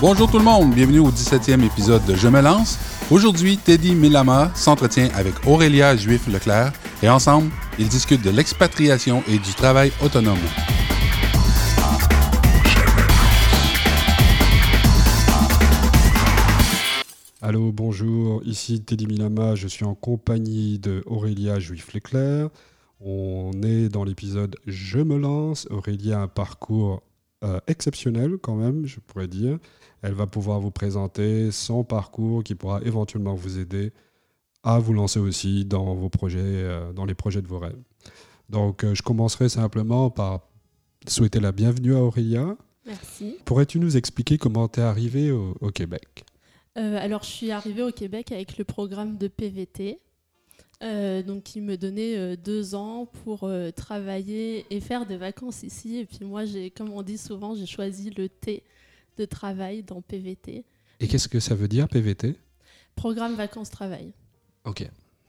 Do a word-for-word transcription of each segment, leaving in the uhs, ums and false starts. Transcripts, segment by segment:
Bonjour tout le monde, bienvenue au dix-septième épisode de Je me lance. Aujourd'hui, Teddy Milama s'entretient avec Aurélia Juif-Leclerc et ensemble, ils discutent de l'expatriation et du travail autonome. Allô, bonjour, ici Teddy Milama, je suis en compagnie de Aurélia Juif-Leclerc. On est dans l'épisode Je me lance. Aurélia a un parcours euh, exceptionnel quand même, je pourrais dire. Elle va pouvoir vous présenter son parcours qui pourra éventuellement vous aider à vous lancer aussi dans vos projets, euh, dans les projets de vos rêves. Donc, euh, je commencerai simplement par souhaiter la bienvenue à Aurélia. Merci. Pourrais-tu nous expliquer comment tu es arrivée au, au Québec ? Euh, alors, je suis arrivée au Québec avec le programme de P V T, euh, donc qui me donnait euh, deux ans pour euh, travailler et faire des vacances ici. Et puis moi, j'ai, comme on dit souvent, j'ai choisi le T de travail dans P V T. Et qu'est-ce que ça veut dire, P V T ? Programme vacances-travail. Ok.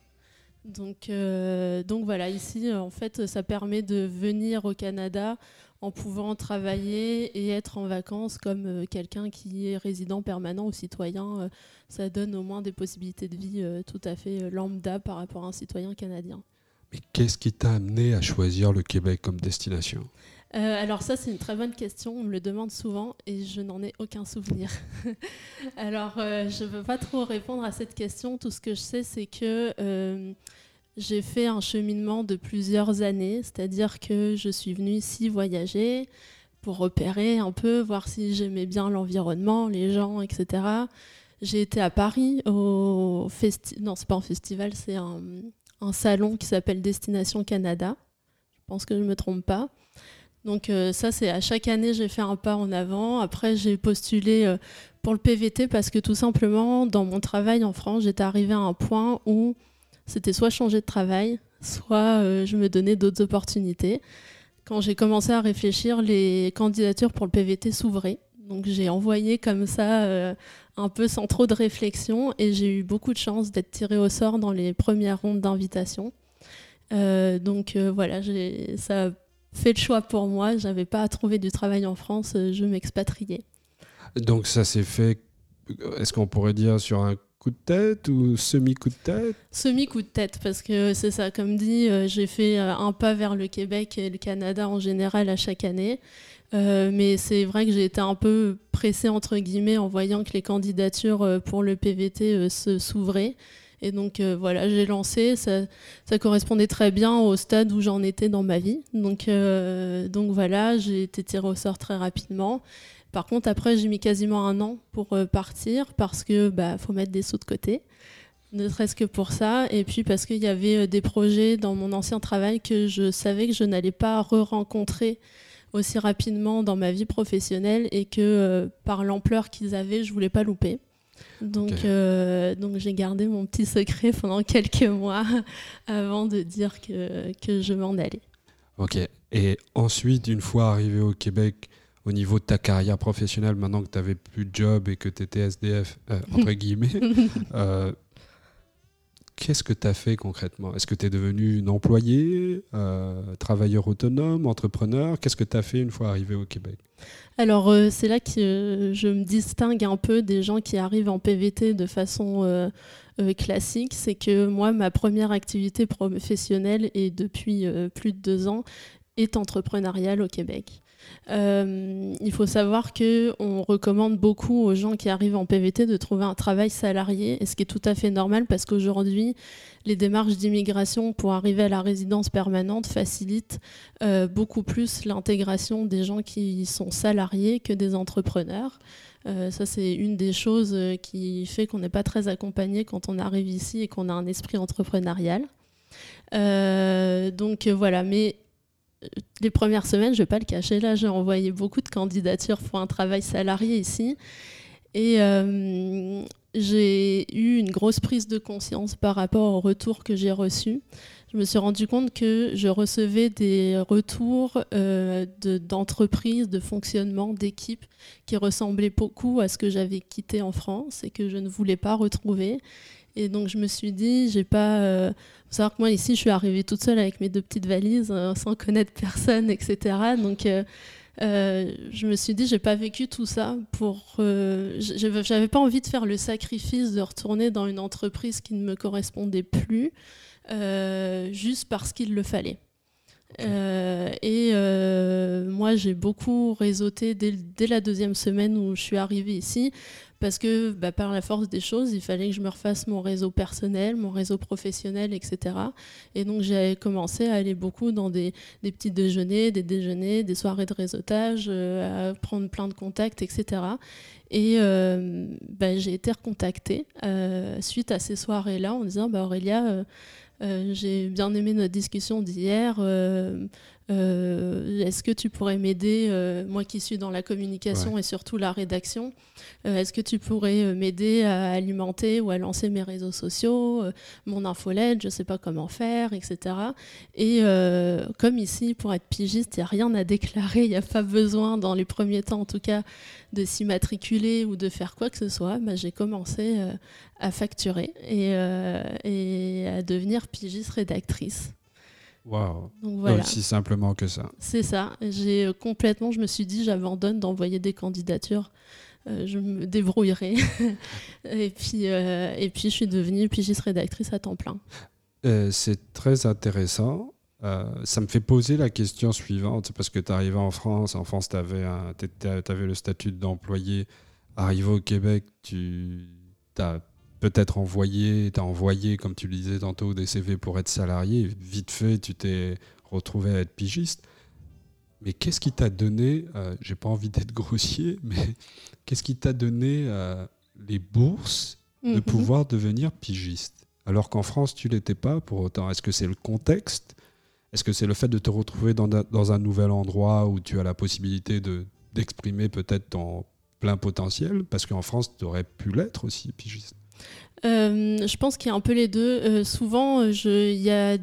Donc, euh, donc voilà, ici, en fait, ça permet de venir au Canada en pouvant travailler et être en vacances comme euh, quelqu'un qui est résident permanent ou citoyen. Euh, ça donne au moins des possibilités de vie euh, tout à fait euh, lambda par rapport à un citoyen canadien. Mais qu'est-ce qui t'a amené à choisir le Québec comme destination ? Euh, alors ça, c'est une très bonne question. On me le demande souvent et je n'en ai aucun souvenir. alors, euh, je ne veux pas trop répondre à cette question. Tout ce que je sais, c'est que euh, j'ai fait un cheminement de plusieurs années. C'est-à-dire que je suis venue ici voyager pour repérer un peu, voir si j'aimais bien l'environnement, les gens, et cetera. J'ai été à Paris au festi- non, c'est pas un festival, c'est un, un salon qui s'appelle Destination Canada. Je pense que je ne me trompe pas. Donc euh, ça, c'est à chaque année, j'ai fait un pas en avant. Après, j'ai postulé euh, pour le P V T parce que tout simplement, dans mon travail en France, j'étais arrivée à un point où c'était soit changer de travail, soit euh, je me donnais d'autres opportunités. Quand j'ai commencé à réfléchir, les candidatures pour le P V T s'ouvraient. Donc j'ai envoyé comme ça, euh, un peu sans trop de réflexion, et j'ai eu beaucoup de chance d'être tirée au sort dans les premières rondes d'invitation. Euh, donc euh, voilà, j'ai, ça a fait le choix pour moi. Je n'avais pas à trouver du travail en France, je m'expatriais. Donc ça s'est fait, est-ce qu'on pourrait dire sur un coup de tête ou semi-coup de tête ? Semi-coup de tête, parce que c'est ça, comme dit, euh, j'ai fait euh, un pas vers le Québec et le Canada en général à chaque année. Euh, mais c'est vrai que j'ai été un peu pressée, entre guillemets, en voyant que les candidatures euh, pour le P V T euh, se, s'ouvraient. Et donc euh, voilà, j'ai lancé, ça, ça correspondait très bien au stade où j'en étais dans ma vie. Donc, euh, donc voilà, j'ai été tirée au sort très rapidement. Par contre, après, j'ai mis quasiment un an pour euh, partir parce que bah, faut mettre des sous de côté, ne serait-ce que pour ça. Et puis parce qu'il y avait euh, des projets dans mon ancien travail que je savais que je n'allais pas re-rencontrer aussi rapidement dans ma vie professionnelle et que euh, par l'ampleur qu'ils avaient, je voulais pas louper. Donc, okay. euh, donc j'ai gardé mon petit secret pendant quelques mois avant de dire que, que je m'en allais. Ok. Et ensuite, une fois arrivé au Québec, au niveau de ta carrière professionnelle, maintenant que tu n'avais plus de job et que tu étais S D F, euh, entre guillemets, euh, qu'est-ce que tu as fait concrètement ? Est-ce que tu es devenu une employée, euh, travailleur autonome, entrepreneur ? Qu'est-ce que tu as fait une fois arrivé au Québec ? Alors, euh, c'est là que euh, je me distingue un peu des gens qui arrivent en P V T de façon euh, euh, classique. C'est que moi, ma première activité professionnelle, et depuis euh, plus de deux ans, est entrepreneuriale au Québec. Euh, il faut savoir qu'on recommande beaucoup aux gens qui arrivent en P V T de trouver un travail salarié, et ce qui est tout à fait normal parce qu'aujourd'hui, les démarches d'immigration pour arriver à la résidence permanente facilitent euh, beaucoup plus l'intégration des gens qui sont salariés que des entrepreneurs. Euh, ça, c'est une des choses qui fait qu'on n'est pas très accompagné quand on arrive ici et qu'on a un esprit entrepreneurial. Euh, donc voilà, mais les premières semaines, je ne vais pas le cacher, là, j'ai envoyé beaucoup de candidatures pour un travail salarié ici. Et euh, j'ai eu une grosse prise de conscience par rapport aux retours que j'ai reçus. Je me suis rendu compte que je recevais des retours euh, de, d'entreprises, de fonctionnement, d'équipes qui ressemblaient beaucoup à ce que j'avais quitté en France et que je ne voulais pas retrouver. Et donc je me suis dit, j'ai pas. Euh, faut savoir que moi ici, je suis arrivée toute seule avec mes deux petites valises, euh, sans connaître personne, et cetera. Donc euh, euh, je me suis dit, j'ai pas vécu tout ça pour. Euh, j'avais pas envie de faire le sacrifice de retourner dans une entreprise qui ne me correspondait plus, euh, juste parce qu'il le fallait. Euh, et euh, moi, j'ai beaucoup réseauté dès, dès la deuxième semaine où je suis arrivée ici, parce que bah, par la force des choses, il fallait que je me refasse mon réseau personnel, mon réseau professionnel, et cetera. Et donc, j'ai commencé à aller beaucoup dans des, des petits déjeuners, des déjeuners, des soirées de réseautage, euh, à prendre plein de contacts, et cetera. Et euh, bah, j'ai été recontactée euh, suite à ces soirées-là en disant bah, « Aurélia, euh, Euh, j'ai bien aimé notre discussion d'hier. Euh, euh, est-ce que tu pourrais m'aider, euh, moi qui suis dans la communication ouais. et surtout la rédaction, euh, est-ce que tu pourrais m'aider à alimenter ou à lancer mes réseaux sociaux, euh, mon infolette, je ne sais pas comment faire, et cetera. Et euh, comme ici, pour être pigiste, il n'y a rien à déclarer, il n'y a pas besoin, dans les premiers temps en tout cas, de s'immatriculer ou de faire quoi que ce soit. Bah, j'ai commencé euh, à facturer et, euh, et à devenir pigiste rédactrice. Waouh, voilà. Aussi simplement que ça. C'est ça. J'ai complètement, je me suis dit, j'abandonne d'envoyer des candidatures. Euh, je me débrouillerai. et, puis, euh, et puis, je suis devenue pigiste rédactrice à temps plein. Euh, c'est très intéressant. Euh, ça me fait poser la question suivante, parce que tu arrivais en France. En France, tu avais le statut d'employé. Arrivé au Québec, tu as peut-être envoyé, t'as envoyé, comme tu le disais tantôt, des C V pour être salarié. Vite fait, tu t'es retrouvé à être pigiste. Mais qu'est-ce qui t'a donné, euh, j'ai pas envie d'être grossier, mais qu'est-ce qui t'a donné euh, les bourses de mm-hmm. pouvoir devenir pigiste, alors qu'en France, tu l'étais pas pour autant? Est-ce que c'est le contexte? Est-ce que c'est le fait de te retrouver dans, dans un nouvel endroit où tu as la possibilité de, d'exprimer peut-être ton plein potentiel? Parce qu'en France, tu aurais pu l'être aussi, pigiste. Euh, je pense qu'il y a un peu les deux. Euh, souvent, il y a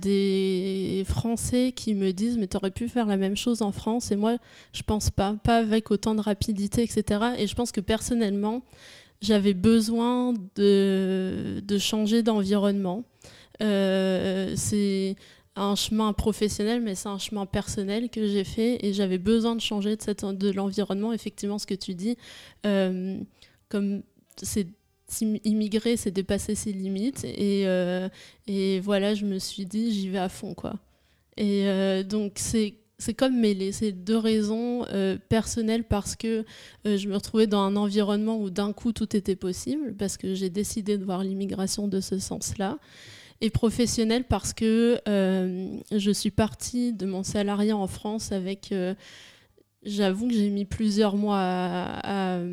des Français qui me disent « mais tu aurais pu faire la même chose en France » et moi, je pense pas, pas avec autant de rapidité, et cetera. Et je pense que personnellement, j'avais besoin de, de changer d'environnement. Euh, c'est un chemin professionnel, mais c'est un chemin personnel que j'ai fait et j'avais besoin de changer de, cette, de l'environnement. Effectivement, ce que tu dis, euh, comme c'est immigrer, c'est dépasser ses limites et, euh, et voilà, je me suis dit j'y vais à fond quoi. Et euh, donc c'est c'est comme mêlé, c'est deux raisons euh, personnelles parce que euh, je me retrouvais dans un environnement où d'un coup tout était possible parce que j'ai décidé de voir l'immigration de ce sens-là, et professionnelle parce que euh, je suis partie de mon salariat en France avec euh, j'avoue que j'ai mis plusieurs mois à, à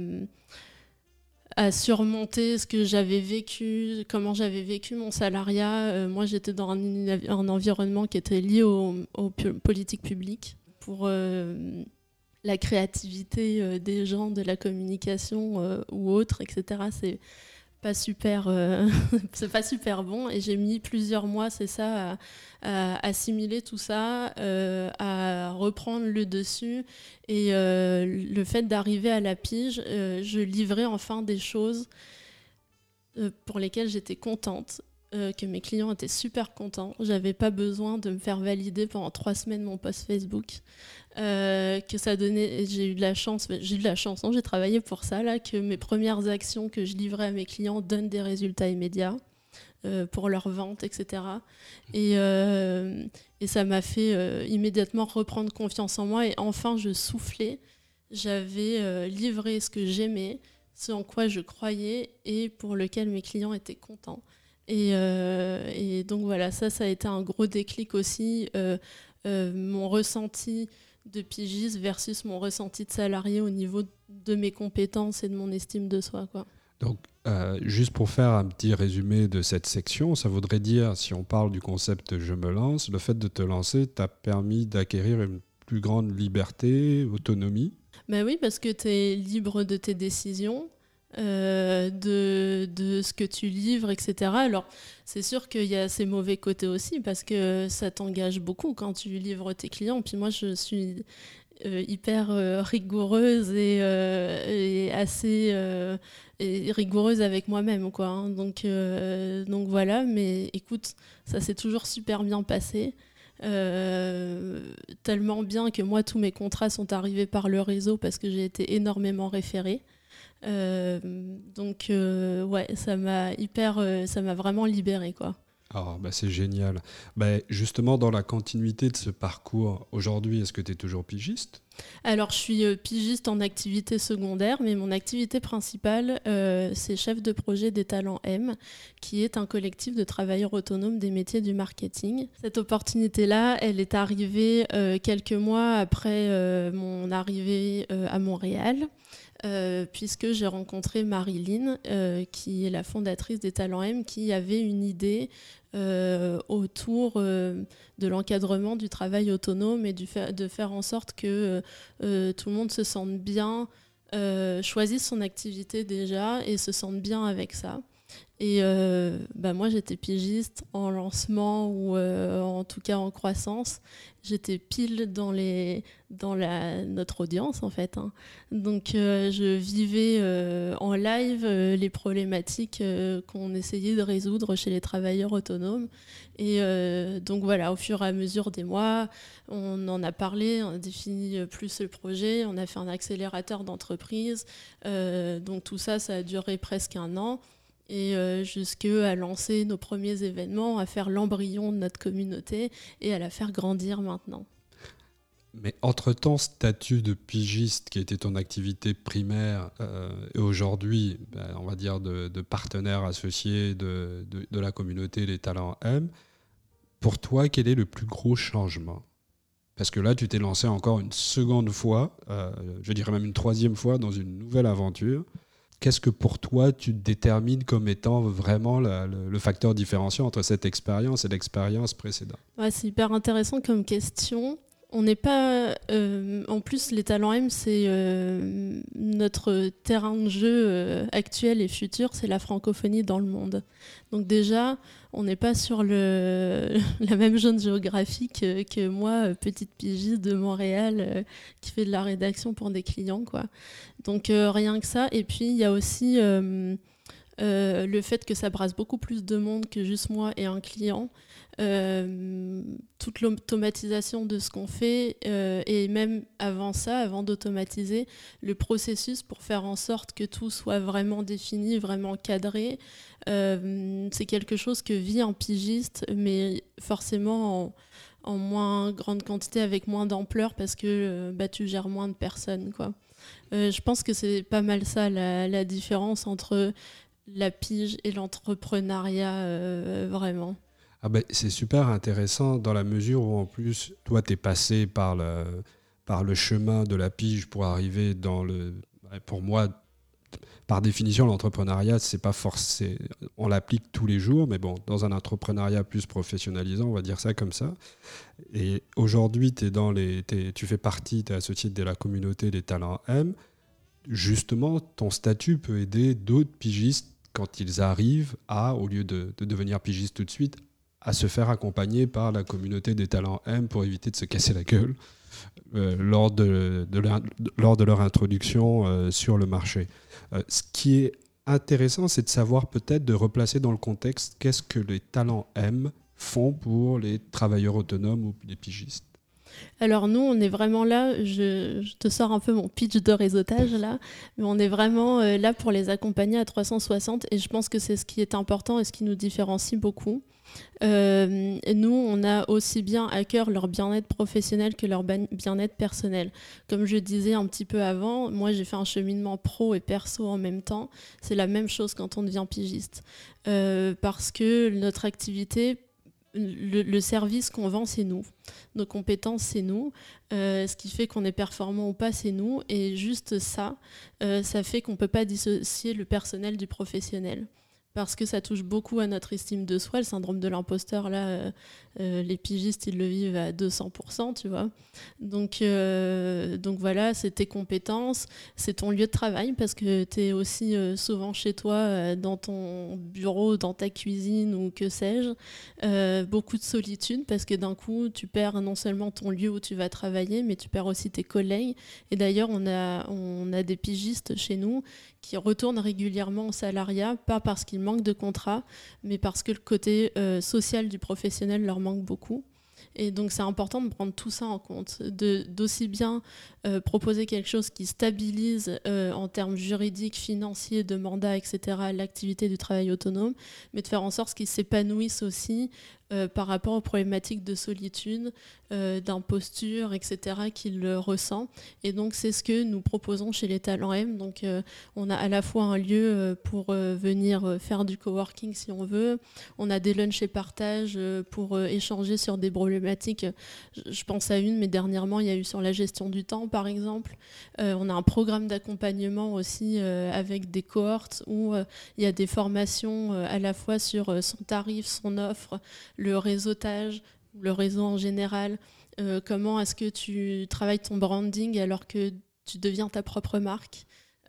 à surmonter ce que j'avais vécu, comment j'avais vécu mon salariat. Euh, moi, j'étais dans un, un environnement qui était lié aux, aux politiques publiques pour euh, la créativité euh, des gens, de la communication euh, ou autre, et cetera. C'est pas super, euh, c'est pas super bon. Et j'ai mis plusieurs mois, c'est ça, à, à assimiler tout ça, euh, à reprendre le dessus. Et euh, le fait d'arriver à la pige, euh, je livrais enfin des choses euh, pour lesquelles j'étais contente, euh, que mes clients étaient super contents. J'avais pas besoin de me faire valider pendant trois semaines mon post Facebook. Euh, que ça donnait, j'ai eu de la chance, j'ai eu de la chance, non, j'ai travaillé pour ça, là, que mes premières actions que je livrais à mes clients donnent des résultats immédiats euh, pour leur vente, et cetera. Et, euh, et ça m'a fait euh, immédiatement reprendre confiance en moi et enfin je soufflais. J'avais euh, livré ce que j'aimais, ce en quoi je croyais et pour lequel mes clients étaient contents. Et, euh, et donc voilà, ça, ça a été un gros déclic aussi, euh, euh, mon ressenti de pigiste versus mon ressenti de salarié au niveau de mes compétences et de mon estime de soi, quoi. Donc, euh, juste pour faire un petit résumé de cette section, ça voudrait dire, si on parle du concept « je me lance », le fait de te lancer t'a permis d'acquérir une plus grande liberté, autonomie. Ben oui, parce que tu es libre de tes décisions, euh, de, de ce que tu livres, et cetera. Alors, c'est sûr qu'il y a ses mauvais côtés aussi, parce que ça t'engage beaucoup quand tu livres tes clients. Puis moi, je suis euh, hyper euh, rigoureuse et, euh, et assez euh, et rigoureuse avec moi-même, quoi, hein. Donc, euh, donc voilà, mais écoute, ça s'est toujours super bien passé. euh, tellement bien que moi, tous mes contrats sont arrivés par le réseau parce que j'ai été énormément référée. Euh, donc, euh, ouais, ça m'a hyper, euh, ça m'a vraiment libérée, quoi. Ah, bah c'est génial. Bah, justement, dans la continuité de ce parcours, aujourd'hui, est-ce que tu es toujours pigiste ? Alors, je suis euh, pigiste en activité secondaire, mais mon activité principale, euh, c'est chef de projet des Talents M, qui est un collectif de travailleurs autonomes des métiers du marketing. Cette opportunité-là, elle est arrivée euh, quelques mois après euh, mon arrivée euh, à Montréal. Euh, puisque j'ai rencontré Marilyn, euh, qui est la fondatrice des Talents M, qui avait une idée euh, autour euh, de l'encadrement du travail autonome et du fa- de faire en sorte que euh, tout le monde se sente bien, euh, choisisse son activité déjà et se sente bien avec ça. Et euh, bah moi, j'étais pigiste en lancement ou euh, en tout cas en croissance. J'étais pile dans, les, dans la, notre audience, en fait. Hein. Donc, euh, je vivais euh, en live euh, les problématiques euh, qu'on essayait de résoudre chez les travailleurs autonomes. Et euh, donc, voilà, au fur et à mesure des mois, on en a parlé, on a défini plus le projet, on a fait un accélérateur d'entreprise. Euh, donc, tout ça, ça a duré presque un an. Et euh, jusqu'à lancer nos premiers événements, à faire l'embryon de notre communauté et à la faire grandir maintenant. Mais entre-temps, statut de pigiste, qui était ton activité primaire, euh, et aujourd'hui, ben, on va dire de, de partenaire associé de, de, de la communauté des Talents M, pour toi, quel est le plus gros changement ? Parce que là, tu t'es lancé encore une seconde fois, euh, je dirais même une troisième fois, dans une nouvelle aventure. Qu'est-ce que pour toi, tu détermines comme étant vraiment la, le, le facteur différenciant entre cette expérience et l'expérience précédente ? Ouais, c'est hyper intéressant comme question. On n'est pas... Euh, en plus, les Talents M, c'est euh, notre terrain de jeu euh, actuel et futur, c'est la francophonie dans le monde. Donc déjà, on n'est pas sur le, la même zone géographique que, que moi, petite pigiste de Montréal, euh, qui fait de la rédaction pour des clients, quoi. Donc euh, rien que ça. Et puis, il y a aussi euh, euh, le fait que ça brasse beaucoup plus de monde que juste moi et un client. Euh, toute l'automatisation de ce qu'on fait euh, et même avant ça, avant d'automatiser, le processus pour faire en sorte que tout soit vraiment défini, vraiment cadré, euh, c'est quelque chose que vit un pigiste, mais forcément en, en moins grande quantité, avec moins d'ampleur, parce que euh, bah, tu gères moins de personnes, quoi. Euh, je pense que c'est pas mal ça la, la différence entre la pige et l'entrepreneuriat, euh, vraiment. Ah ben, c'est super intéressant dans la mesure où en plus, toi, tu es passé par le, par le chemin de la pige pour arriver dans le... Pour moi, par définition, l'entrepreneuriat, c'est pas forcé. On l'applique tous les jours, mais bon, dans un entrepreneuriat plus professionnalisant, on va dire ça comme ça. Et aujourd'hui, t'es dans les, t'es, tu fais partie, tu es associé de la communauté des Talents M. Justement, ton statut peut aider d'autres pigistes quand ils arrivent à, au lieu de, de devenir pigistes tout de suite, à se faire accompagner par la communauté des Talents M pour éviter de se casser la gueule euh, lors, de, de leur, lors de leur introduction euh, sur le marché. Euh, ce qui est intéressant, c'est de savoir peut-être de replacer dans le contexte qu'est-ce que les Talents M font pour les travailleurs autonomes ou les pigistes. Alors nous, on est vraiment là, je, je te sors un peu mon pitch de réseautage là, mais on est vraiment euh, là pour les accompagner à trois cent soixante et je pense que c'est ce qui est important et ce qui nous différencie beaucoup. Euh, nous, on a aussi bien à cœur leur bien-être professionnel que leur bien-être personnel. Comme je disais un petit peu avant, moi j'ai fait un cheminement pro et perso en même temps. C'est la même chose quand on devient pigiste. Euh, parce que notre activité, le, le service qu'on vend, c'est nous. Nos compétences, c'est nous. Euh, ce qui fait qu'on est performant ou pas, c'est nous. Et juste ça, euh, ça fait qu'on ne peut pas dissocier le personnel du professionnel. Parce que ça touche beaucoup à notre estime de soi. Le syndrome de l'imposteur, là, euh, euh, les pigistes, ils le vivent à deux cents pour cent, tu vois. Donc, euh, donc voilà, c'est tes compétences, c'est ton lieu de travail, parce que tu es aussi euh, souvent chez toi, euh, dans ton bureau, dans ta cuisine ou que sais-je. Euh, beaucoup de solitude, parce que d'un coup, tu perds non seulement ton lieu où tu vas travailler, mais tu perds aussi tes collègues. Et d'ailleurs, on a, on a des pigistes chez nous qui retournent régulièrement au salariat, pas parce qu'ils manquent de contrat, mais parce que le côté euh, social du professionnel leur manque beaucoup. Et donc, c'est important de prendre tout ça en compte, de, d'aussi bien euh, proposer quelque chose qui stabilise euh, en termes juridiques, financiers, de mandat, et cetera, l'activité du travail autonome, mais de faire en sorte qu'il s'épanouisse aussi euh, par rapport aux problématiques de solitude, euh, d'imposture, et cetera, qu'il ressent. Et donc, c'est ce que nous proposons chez les Talents M. Donc, euh, on a à la fois un lieu euh, pour euh, venir faire du coworking si on veut, on a des lunchs et partages euh, pour euh, échanger sur des problématiques. Je pense à une, mais dernièrement, il y a eu sur la gestion du temps, par exemple. Euh, on a un programme d'accompagnement aussi euh, avec des cohortes où euh, il y a des formations euh, à la fois sur euh, son tarif, son offre, le réseautage, le réseau en général. Euh, comment est-ce que tu travailles ton branding alors que tu deviens ta propre marque.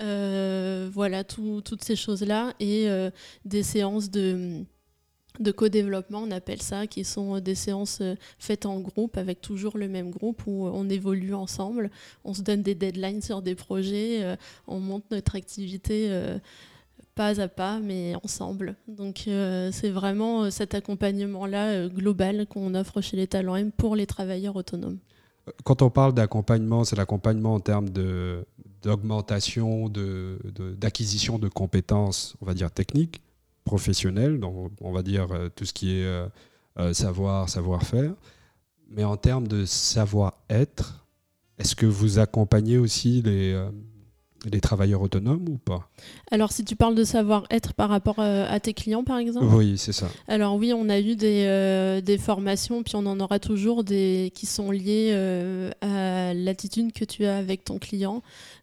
Euh, voilà, tout, toutes ces choses-là. Et euh, des séances de... de co-développement, on appelle ça, qui sont des séances faites en groupe, avec toujours le même groupe, où on évolue ensemble, on se donne des deadlines sur des projets, euh, on monte notre activité euh, pas à pas, mais ensemble. Donc euh, c'est vraiment cet accompagnement-là euh, global qu'on offre chez les Talents M pour les travailleurs autonomes. Quand on parle d'accompagnement, c'est l'accompagnement en termes de, d'augmentation, de, de, d'acquisition de compétences, on va dire techniques, professionnel, donc on va dire euh, tout ce qui est euh, euh, savoir, savoir-faire. Mais en termes de savoir-être, est-ce que vous accompagnez aussi les, euh, les travailleurs autonomes ou pas ? Alors, si tu parles de savoir-être par rapport euh, à tes clients, par exemple ? Oui, c'est ça. Alors oui, on a eu des, euh, des formations, puis on en aura toujours des qui sont liées euh, à l'attitude que tu as avec ton client.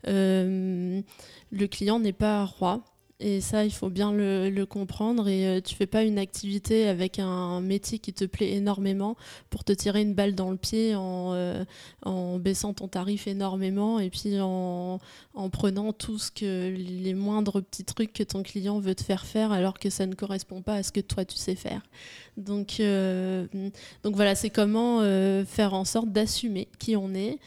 Euh, le client n'est pas roi. Et ça, il faut bien le, le comprendre. Et euh, tu fais pas une activité avec un métier qui te plaît énormément pour te tirer une balle dans le pied en, euh, en baissant ton tarif énormément et puis en, en prenant tout ce que les moindres petits trucs que ton client veut te faire faire alors que ça ne correspond pas à ce que toi tu sais faire. Donc, euh, donc voilà, c'est comment euh, faire en sorte d'assumer qui on est.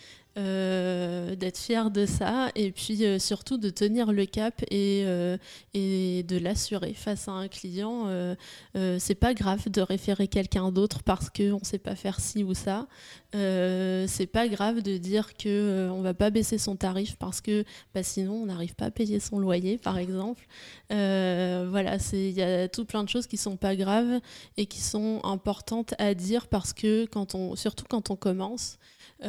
Euh, d'être fier de ça et puis euh, surtout de tenir le cap et, euh, et de l'assurer face à un client. Euh, euh, c'est pas grave de référer quelqu'un d'autre parce qu'on sait pas faire ci ou ça. Euh, c'est pas grave de dire qu'on euh, va pas baisser son tarif parce que bah, sinon on n'arrive pas à payer son loyer, par exemple. Euh, voilà, il y a tout plein de choses qui sont pas graves et qui sont importantes à dire parce que quand on, surtout quand on commence.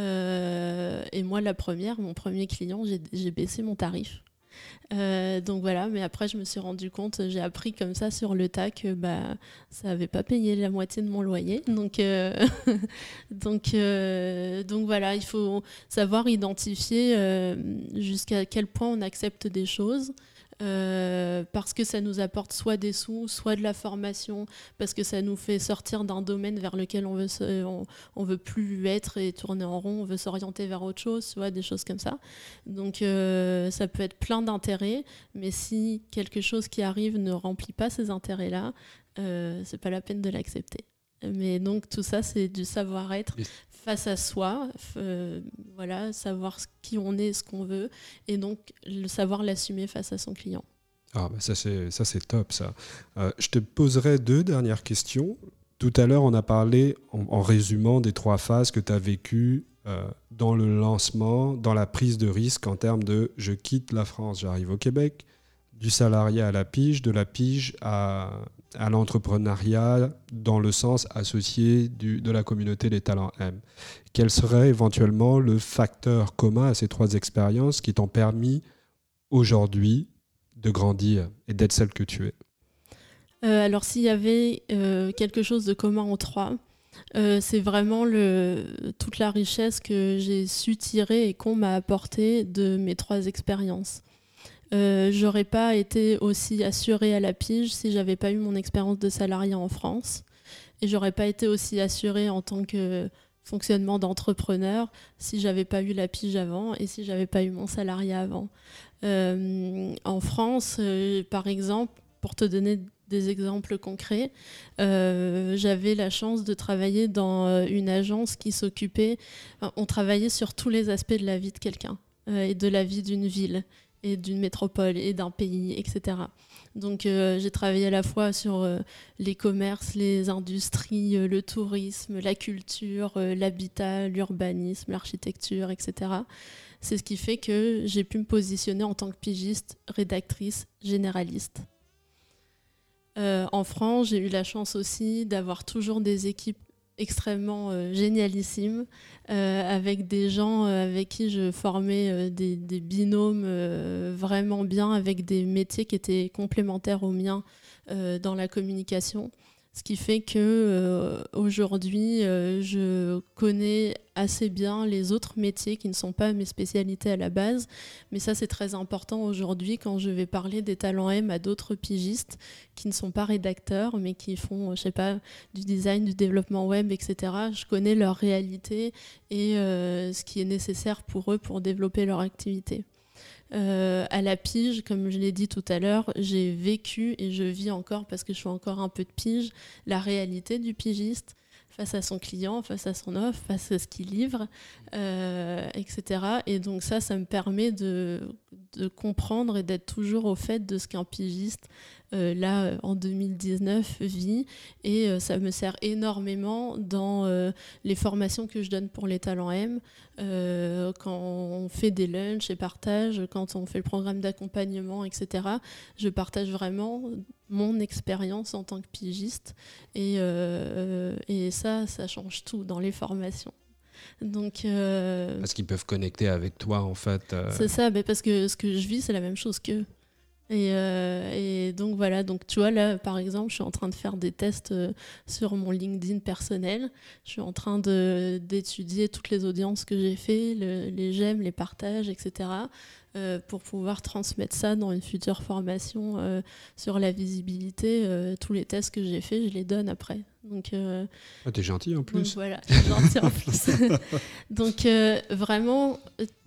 Euh, et moi, la première, mon premier client, j'ai, j'ai baissé mon tarif. Euh, donc voilà, mais après, je me suis rendu compte, j'ai appris comme ça sur le tas que bah, ça n'avait pas payé la moitié de mon loyer. Donc, euh, donc, euh, donc voilà, il faut savoir identifier euh, jusqu'à quel point on accepte des choses. Euh, parce que ça nous apporte soit des sous, soit de la formation, parce que ça nous fait sortir d'un domaine vers lequel on veut, se, on, on veut plus être et tourner en rond, on veut s'orienter vers autre chose, tu vois, des choses comme ça. Donc euh, ça peut être plein d'intérêts, mais si quelque chose qui arrive ne remplit pas ces intérêts-là, euh, c'est pas la peine de l'accepter. Mais donc tout ça, c'est du savoir-être face à soi, euh, voilà, savoir qui on est, ce qu'on veut, et donc le savoir l'assumer face à son client. Ah, bah ça, c'est, ça, c'est top, ça. Euh, je te poserai deux dernières questions. Tout à l'heure, on a parlé, en, en résumant, des trois phases que tu as vécues euh, dans le lancement, dans la prise de risque en termes de « je quitte la France, j'arrive au Québec », du salariat à la pige, de la pige à, à l'entrepreneuriat dans le sens associé du, de la communauté des Talents M. Quel serait éventuellement le facteur commun à ces trois expériences qui t'ont permis aujourd'hui de grandir et d'être celle que tu es ? euh, Alors s'il y avait euh, quelque chose de commun aux trois, euh, c'est vraiment le, toute la richesse que j'ai su tirer et qu'on m'a apporté de mes trois expériences. Euh, j'aurais pas été aussi assurée à la pige si j'avais pas eu mon expérience de salariat en France, et j'aurais pas été aussi assurée en tant que fonctionnement d'entrepreneur si j'avais pas eu la pige avant et si j'avais pas eu mon salariat avant. Euh, en France, euh, par exemple, pour te donner des exemples concrets, euh, j'avais la chance de travailler dans une agence qui s'occupait, on travaillait sur tous les aspects de la vie de quelqu'un euh, et de la vie d'une ville. et d'une métropole et d'un pays, et cetera. Donc euh, j'ai travaillé à la fois sur euh, les commerces, les industries, euh, le tourisme, la culture, euh, l'habitat, l'urbanisme, l'architecture, et cetera. C'est ce qui fait que j'ai pu me positionner en tant que pigiste, rédactrice, généraliste. Euh, en France, j'ai eu la chance aussi d'avoir toujours des équipes extrêmement euh, génialissimes, euh, avec des gens euh, avec qui je formais euh, des, des binômes euh, vraiment bien, avec des métiers qui étaient complémentaires aux miens euh, dans la communication. Ce qui fait que euh, aujourd'hui, euh, je connais assez bien les autres métiers qui ne sont pas mes spécialités à la base. Mais ça, c'est très important aujourd'hui quand je vais parler des talents M à d'autres pigistes qui ne sont pas rédacteurs, mais qui font, je sais pas, du design, du développement web, et cetera. Je connais leur réalité et euh, ce qui est nécessaire pour eux pour développer leur activité. Euh, à la pige, comme je l'ai dit tout à l'heure, j'ai vécu et je vis encore, parce que je fais encore un peu de pige, la réalité du pigiste face à son client, face à son offre, face à ce qu'il livre, euh, et cetera. Et donc ça, ça me permet de, de comprendre et d'être toujours au fait de ce qu'un pigiste, euh, là, en deux mille dix-neuf, vit. Et euh, ça me sert énormément dans euh, les formations que je donne pour les talents M, euh, quand on fait des lunchs et partage, quand on fait le programme d'accompagnement, et cetera. Je partage vraiment mon expérience en tant que pigiste. Et, euh, et ça, ça change tout dans les formations. Donc, euh, parce qu'ils peuvent connecter avec toi, en fait. Euh... C'est ça, mais parce que ce que je vis, c'est la même chose qu'eux. Et, euh, et donc voilà, donc tu vois là par exemple je suis en train de faire des tests euh, sur mon LinkedIn personnel, je suis en train de, d'étudier toutes les audiences que j'ai fait, le, les j'aime, les partages, et cetera euh, pour pouvoir transmettre ça dans une future formation euh, sur la visibilité. Euh, tous les tests que j'ai faits, je les donne après. Donc, euh, ah, t'es gentil en plus. Donc voilà, t'es gentil en plus. Donc euh, vraiment...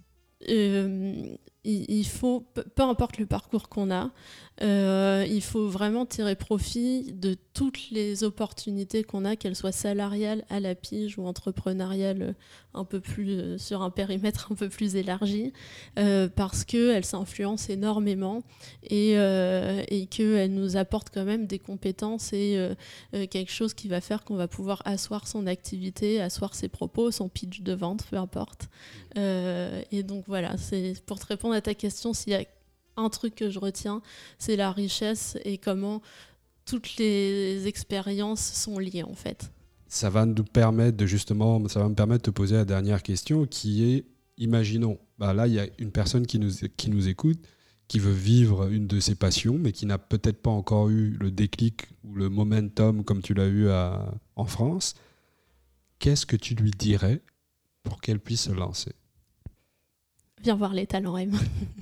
Euh, il faut, peu importe le parcours qu'on a, euh, il faut vraiment tirer profit de toutes les opportunités qu'on a, qu'elles soient salariales à la pige ou entrepreneuriales un peu plus, sur un périmètre un peu plus élargi, euh, parce qu'elles s'influencent énormément et, euh, et qu'elles nous apportent quand même des compétences et euh, quelque chose qui va faire qu'on va pouvoir asseoir son activité, asseoir ses propos, son pitch de vente, peu importe. Euh, et donc voilà, c'est pour te répondre à ta question, s'il y a un truc que je retiens, c'est la richesse et comment toutes les expériences sont liées en fait. Ça va nous permettre de justement, ça va me permettre de te poser la dernière question qui est, imaginons, bah là il y a une personne qui nous, qui nous écoute, qui veut vivre une de ses passions, mais qui n'a peut-être pas encore eu le déclic ou le momentum comme tu l'as eu à, en France. Qu'est-ce que tu lui dirais pour qu'elle puisse se lancer ? Viens voir les talents M.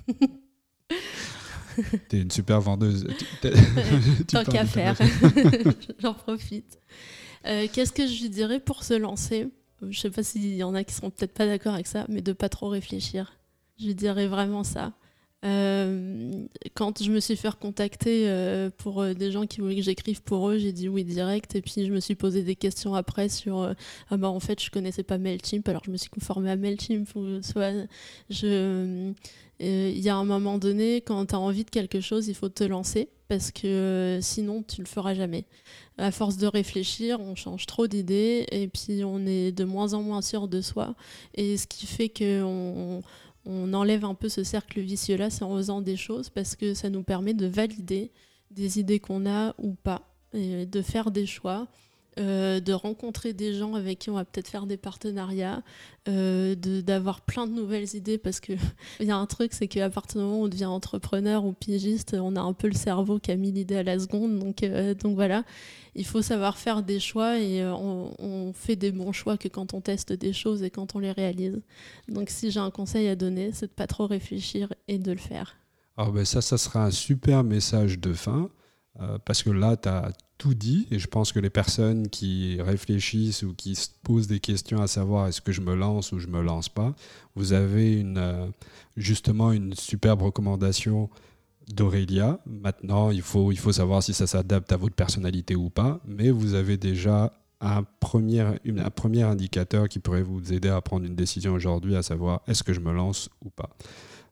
T'es une super vendeuse. Tant qu'à faire. J'en profite. Euh, qu'est-ce que je lui dirais pour se lancer ? Je ne sais pas s'il y en a qui ne seront peut-être pas d'accord avec ça, mais de ne pas trop réfléchir. Je lui dirais vraiment ça. Euh, quand je me suis fait recontacter euh, pour euh, des gens qui voulaient que j'écrive pour eux, j'ai dit oui direct, et puis je me suis posé des questions après sur euh, ah bah en fait je connaissais pas Mailchimp, alors je me suis conformée à Mailchimp, ou soit je il euh, y a un moment donné, quand tu as envie de quelque chose, il faut te lancer, parce que euh, sinon tu le feras jamais. À force de réfléchir, on change trop d'idées et puis on est de moins en moins sûr de soi, et ce qui fait que on, on enlève un peu ce cercle vicieux-là, c'est en faisant des choses, parce que ça nous permet de valider des idées qu'on a ou pas, et de faire des choix, euh, de rencontrer des gens avec qui on va peut-être faire des partenariats, euh, de, d'avoir plein de nouvelles idées, parce qu'il y a un truc, c'est qu'à partir du moment où on devient entrepreneur ou pigiste, on a un peu le cerveau qui a mis l'idée à la seconde, donc, euh, donc voilà. Il faut savoir faire des choix, et on, on fait des bons choix que quand on teste des choses et quand on les réalise. Donc si j'ai un conseil à donner, c'est de ne pas trop réfléchir et de le faire. Alors ben ça, ça sera un super message de fin, euh, parce que là, tu as tout dit, et je pense que les personnes qui réfléchissent ou qui se posent des questions à savoir est-ce que je me lance ou je ne me lance pas, vous avez une, euh, justement une superbe recommandation d'Aurélia. Maintenant, il faut, il faut savoir si ça s'adapte à votre personnalité ou pas, mais vous avez déjà un premier, une, un premier indicateur qui pourrait vous aider à prendre une décision aujourd'hui, à savoir est-ce que je me lance ou pas.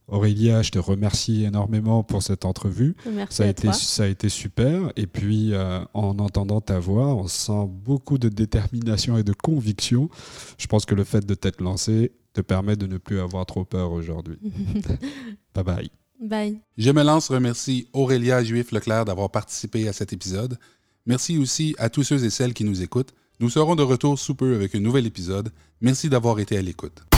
Aurélia, je te remercie énormément pour cette entrevue. Merci ça a à été, toi. Ça a été super. Et puis, euh, en entendant ta voix, on sent beaucoup de détermination et de conviction. Je pense que le fait de t'être lancé te permet de ne plus avoir trop peur aujourd'hui. Bye bye. Bye. Je me lance remercie Aurélia Juif-Leclerc d'avoir participé à cet épisode. Merci aussi à tous ceux et celles qui nous écoutent. Nous serons de retour sous peu avec un nouvel épisode. Merci d'avoir été à l'écoute.